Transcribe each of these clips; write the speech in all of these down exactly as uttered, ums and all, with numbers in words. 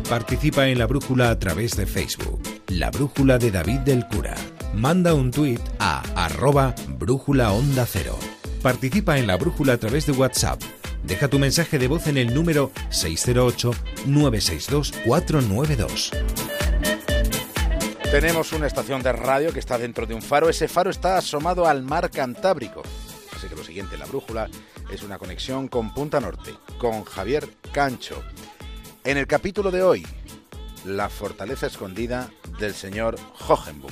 Participa en La Brújula a través de Facebook. La Brújula de David del Cura. Manda un tuit a arroba brújula onda cero. Participa en La Brújula a través de WhatsApp. Deja tu mensaje de voz en el número seis cero ocho, nueve seis dos, cuatro nueve dos. Tenemos una estación de radio que está dentro de un faro. Ese faro está asomado al mar Cantábrico. Así que lo siguiente en La Brújula es una conexión con Punta Norte, con Javier Cancho. En el capítulo de hoy, la fortaleza escondida del señor Hohenboom.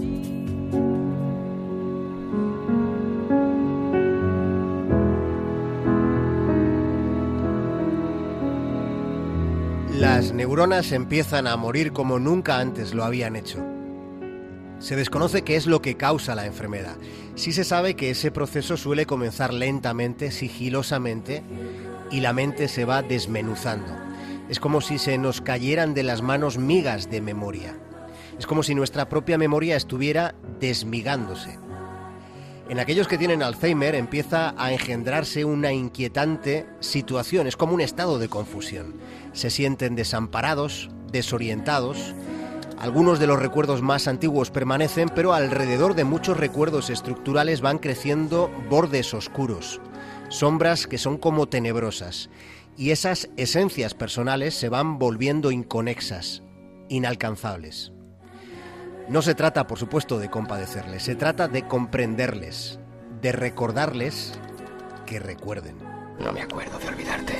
Las neuronas empiezan a morir como nunca antes lo habían hecho. Se desconoce qué es lo que causa la enfermedad. Sí se sabe que ese proceso suele comenzar lentamente, sigilosamente, y la mente se va desmenuzando. Es como si se nos cayeran de las manos migas de memoria. Es como si nuestra propia memoria estuviera desmigándose. En aquellos que tienen Alzheimer empieza a engendrarse una inquietante situación, es como un estado de confusión. Se sienten desamparados, desorientados. Algunos de los recuerdos más antiguos permanecen, pero alrededor de muchos recuerdos estructurales van creciendo bordes oscuros, sombras que son como tenebrosas. Y esas esencias personales se van volviendo inconexas, inalcanzables. No se trata, por supuesto, de compadecerles, se trata de comprenderles, de recordarles que recuerden. No me acuerdo de olvidarte.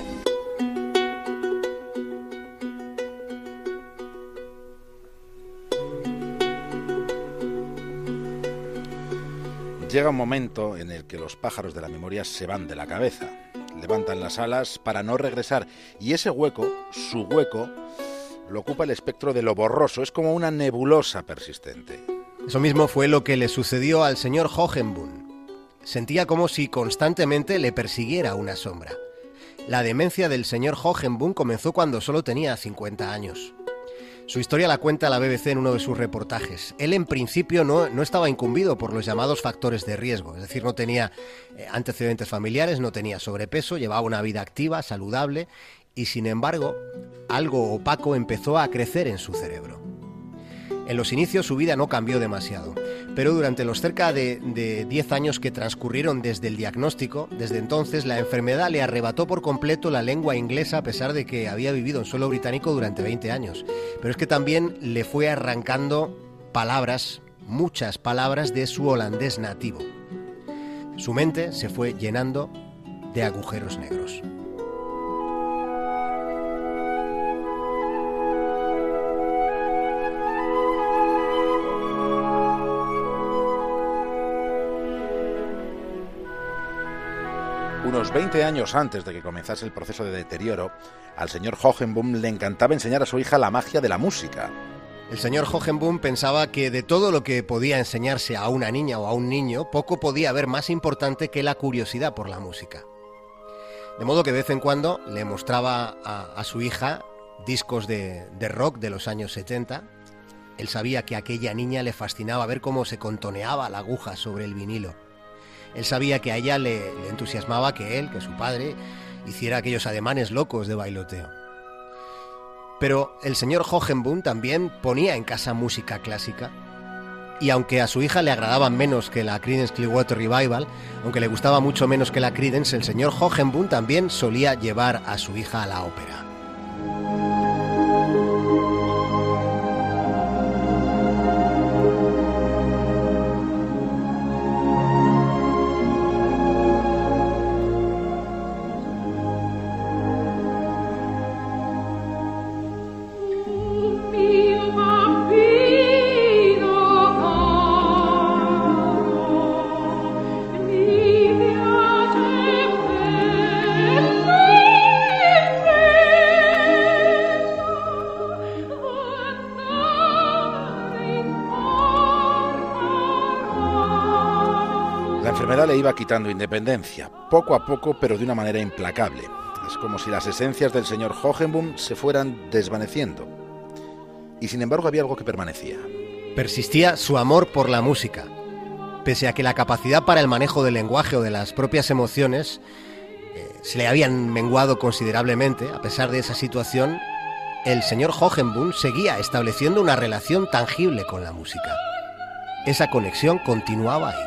Llega un momento en el que los pájaros de la memoria se van de la cabeza, levantan las alas para no regresar, y ese hueco, su hueco, lo ocupa el espectro de lo borroso, es como una nebulosa persistente. Eso mismo fue lo que le sucedió al señor Hohenboom. Sentía como si constantemente le persiguiera una sombra. La demencia del señor Hohenboom comenzó cuando solo tenía cincuenta años. Su historia la cuenta la B B C en uno de sus reportajes. Él en principio no, no estaba incumbido por los llamados factores de riesgo, es decir, no tenía eh, antecedentes familiares, no tenía sobrepeso, llevaba una vida activa, saludable, y sin embargo, algo opaco empezó a crecer en su cerebro. En los inicios su vida no cambió demasiado, pero durante los cerca de, de diez años que transcurrieron desde el diagnóstico, desde entonces la enfermedad le arrebató por completo la lengua inglesa a pesar de que había vivido en suelo británico durante veinte años. Pero es que también le fue arrancando palabras, muchas palabras de su holandés nativo. Su mente se fue llenando de agujeros negros. Unos veinte años antes de que comenzase el proceso de deterioro, al señor Hohenboom le encantaba enseñar a su hija la magia de la música. El señor Hohenboom pensaba que de todo lo que podía enseñarse a una niña o a un niño, poco podía haber más importante que la curiosidad por la música. De modo que de vez en cuando le mostraba a, a su hija discos de, de rock de los años setenta. Él sabía que a aquella niña le fascinaba ver cómo se contoneaba la aguja sobre el vinilo. Él sabía que a ella le, le entusiasmaba que él, que su padre, hiciera aquellos ademanes locos de bailoteo. Pero el señor Hohenboom también ponía en casa música clásica. Y aunque a su hija le agradaba menos que la Creedence Clearwater Revival, aunque le gustaba mucho menos que la Creedence, el señor Hohenboom también solía llevar a su hija a la ópera. Le iba quitando independencia, poco a poco, pero de una manera implacable. Es como si las esencias del señor Hohenboom se fueran desvaneciendo. Y sin embargo había algo que permanecía. Persistía su amor por la música. Pese a que la capacidad para el manejo del lenguaje o de las propias emociones eh, se le habían menguado considerablemente, a pesar de esa situación, el señor Hogenboom seguía estableciendo una relación tangible con la música. Esa conexión continuaba ahí.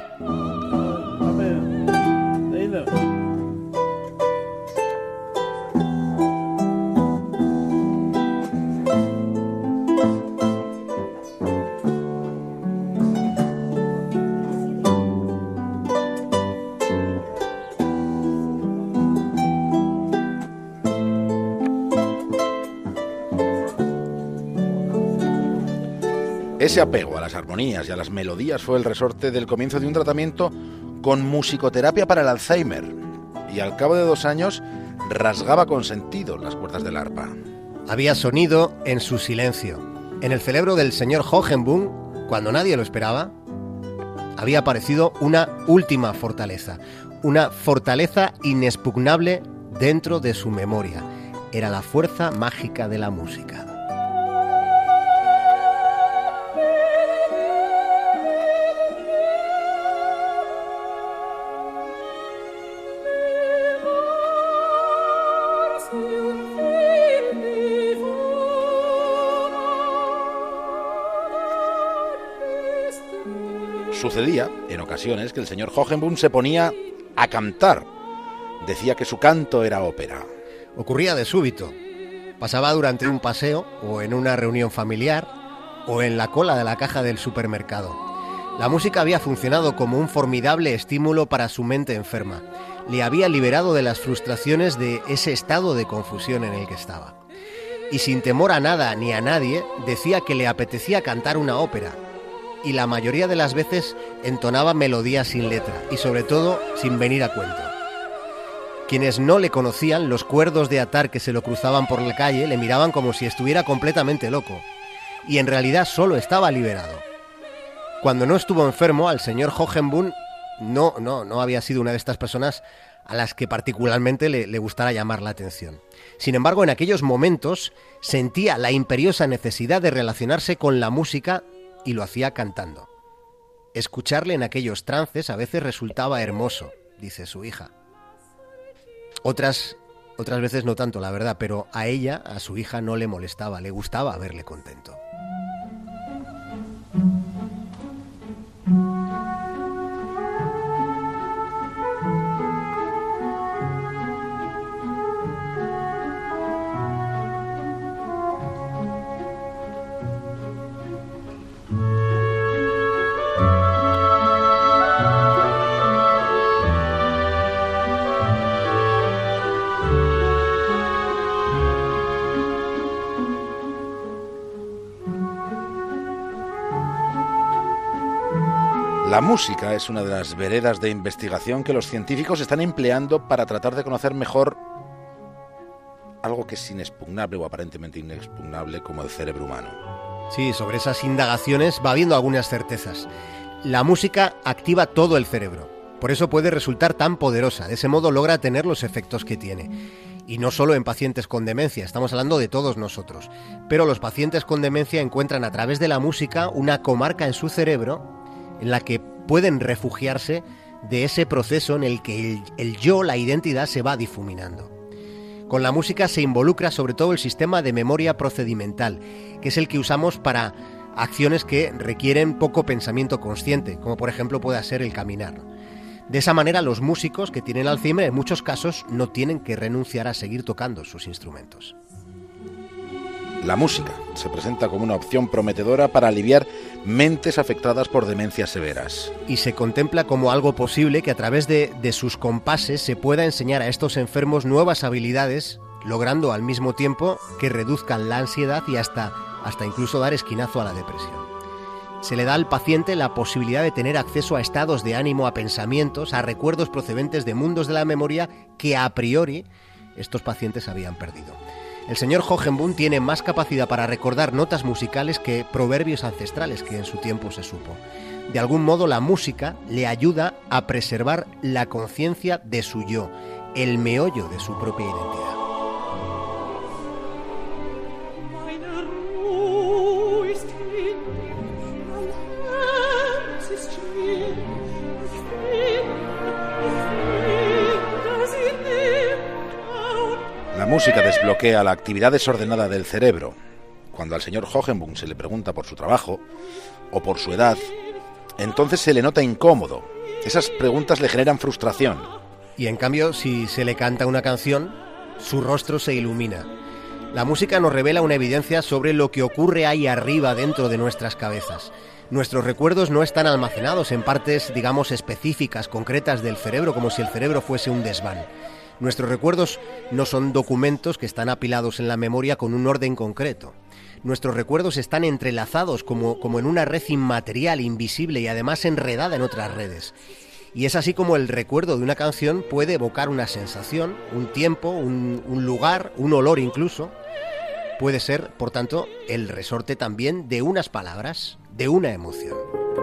Ese apego a las armonías y a las melodías fue el resorte del comienzo de un tratamiento con musicoterapia para el Alzheimer, y al cabo de dos años rasgaba con sentido las cuerdas del arpa. Había sonido en su silencio. En el cerebro del señor Hogenboom, cuando nadie lo esperaba, había aparecido una última fortaleza, una fortaleza inexpugnable dentro de su memoria. Era la fuerza mágica de la música. Sucedía, en ocasiones, que el señor Hogenboom se ponía a cantar. Decía que su canto era ópera. Ocurría de súbito. Pasaba durante un paseo, o en una reunión familiar, o en la cola de la caja del supermercado. La música había funcionado como un formidable estímulo para su mente enferma. Le había liberado de las frustraciones de ese estado de confusión en el que estaba. Y sin temor a nada ni a nadie, decía que le apetecía cantar una ópera. Y la mayoría de las veces entonaba melodías sin letra y sobre todo sin venir a cuento. Quienes no le conocían, los cuerdos de atar que se lo cruzaban por la calle, le miraban como si estuviera completamente loco. Y en realidad solo estaba liberado. Cuando no estuvo enfermo, al señor Hogenboom no, no, no había sido una de estas personas a las que particularmente le, le gustara llamar la atención. Sin embargo, en aquellos momentos sentía la imperiosa necesidad de relacionarse con la música y lo hacía cantando. Escucharle en aquellos trances a veces resultaba hermoso, dice su hija. Otras, otras veces no tanto, la verdad, pero a ella, a su hija, no le molestaba, le gustaba verle contento. La música es una de las veredas de investigación que los científicos están empleando para tratar de conocer mejor algo que es inexpugnable o aparentemente inexpugnable como el cerebro humano. Sí, sobre esas indagaciones va habiendo algunas certezas. La música activa todo el cerebro, por eso puede resultar tan poderosa, de ese modo logra tener los efectos que tiene. Y no solo en pacientes con demencia, estamos hablando de todos nosotros. Pero los pacientes con demencia encuentran a través de la música una comarca en su cerebro en la que pueden refugiarse de ese proceso en el que el, el yo, la identidad, se va difuminando. Con la música se involucra sobre todo el sistema de memoria procedimental, que es el que usamos para acciones que requieren poco pensamiento consciente, como por ejemplo pueda ser el caminar. De esa manera los músicos que tienen Alzheimer en muchos casos no tienen que renunciar a seguir tocando sus instrumentos. La música se presenta como una opción prometedora para aliviar mentes afectadas por demencias severas. Y se contempla como algo posible que a través de, de sus compases se pueda enseñar a estos enfermos nuevas habilidades, logrando al mismo tiempo que reduzcan la ansiedad y hasta, hasta incluso dar esquinazo a la depresión. Se le da al paciente la posibilidad de tener acceso a estados de ánimo, a pensamientos, a recuerdos procedentes de mundos de la memoria que a priori estos pacientes habían perdido. El señor Hogenboom tiene más capacidad para recordar notas musicales que proverbios ancestrales que en su tiempo se supo. De algún modo la música le ayuda a preservar la conciencia de su yo, el meollo de su propia identidad. La música desbloquea la actividad desordenada del cerebro. Cuando al señor Hogenboom se le pregunta por su trabajo o por su edad, entonces se le nota incómodo. Esas preguntas le generan frustración. Y en cambio, si se le canta una canción, su rostro se ilumina. La música nos revela una evidencia sobre lo que ocurre ahí arriba dentro de nuestras cabezas. Nuestros recuerdos no están almacenados en partes, digamos, específicas, concretas del cerebro, como si el cerebro fuese un desván. Nuestros recuerdos no son documentos que están apilados en la memoria con un orden concreto. Nuestros recuerdos están entrelazados como, como en una red inmaterial, invisible y además enredada en otras redes. Y es así como el recuerdo de una canción puede evocar una sensación, un tiempo, un, un lugar, un olor incluso. Puede ser, por tanto, el resorte también de unas palabras, de una emoción.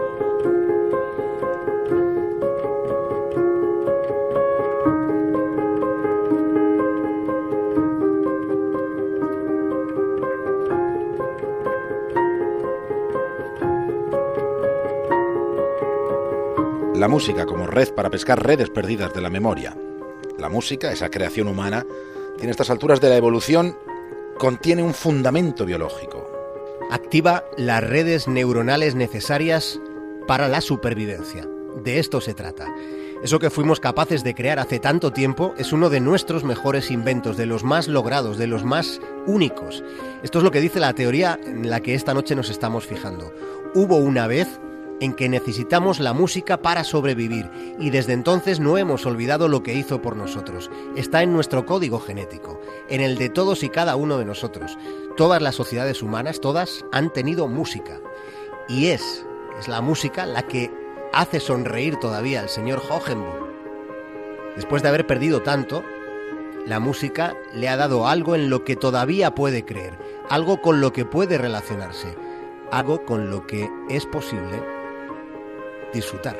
La música como red para pescar redes perdidas de la memoria. La música, esa creación humana, tiene estas alturas de la evolución, contiene un fundamento biológico. Activa las redes neuronales necesarias para la supervivencia. De esto se trata. Eso que fuimos capaces de crear hace tanto tiempo es uno de nuestros mejores inventos, de los más logrados, de los más únicos. Esto es lo que dice la teoría en la que esta noche nos estamos fijando. Hubo una vez en que necesitamos la música para sobrevivir y desde entonces no hemos olvidado lo que hizo por nosotros. Está en nuestro código genético, en el de todos y cada uno de nosotros. Todas las sociedades humanas, todas, han tenido música. Y es, es la música la que hace sonreír todavía al señor Hogenboom. Después de haber perdido tanto, la música le ha dado algo en lo que todavía puede creer, algo con lo que puede relacionarse, algo con lo que es posible disfrutar.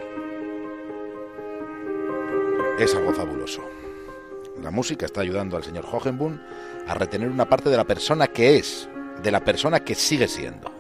Es algo fabuloso. La música está ayudando al señor Hogenboom a retener una parte de la persona que es, de la persona que sigue siendo.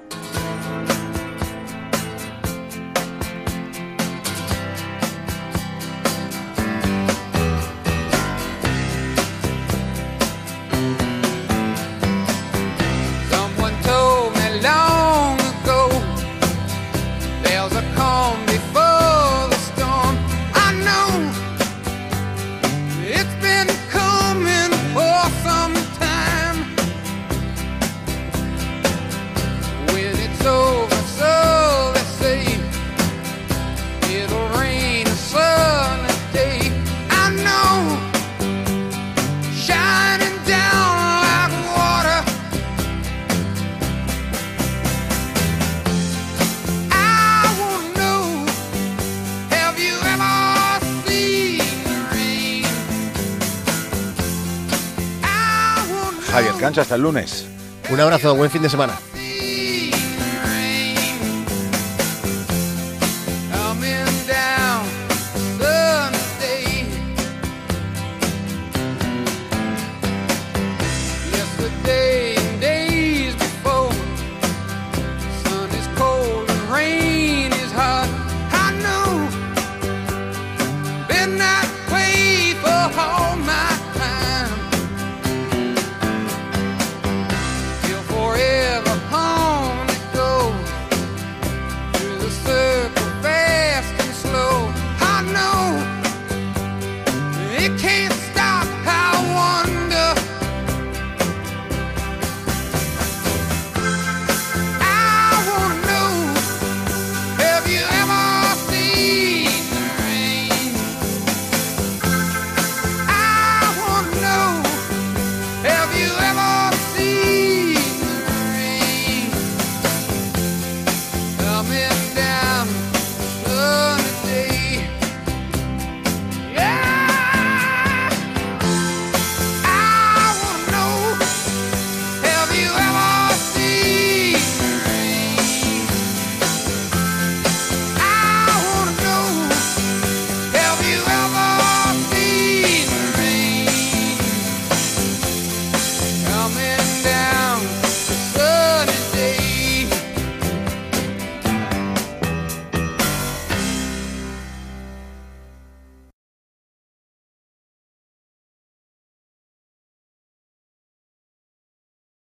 Javier Cancho, hasta el lunes. Un abrazo, buen fin de semana.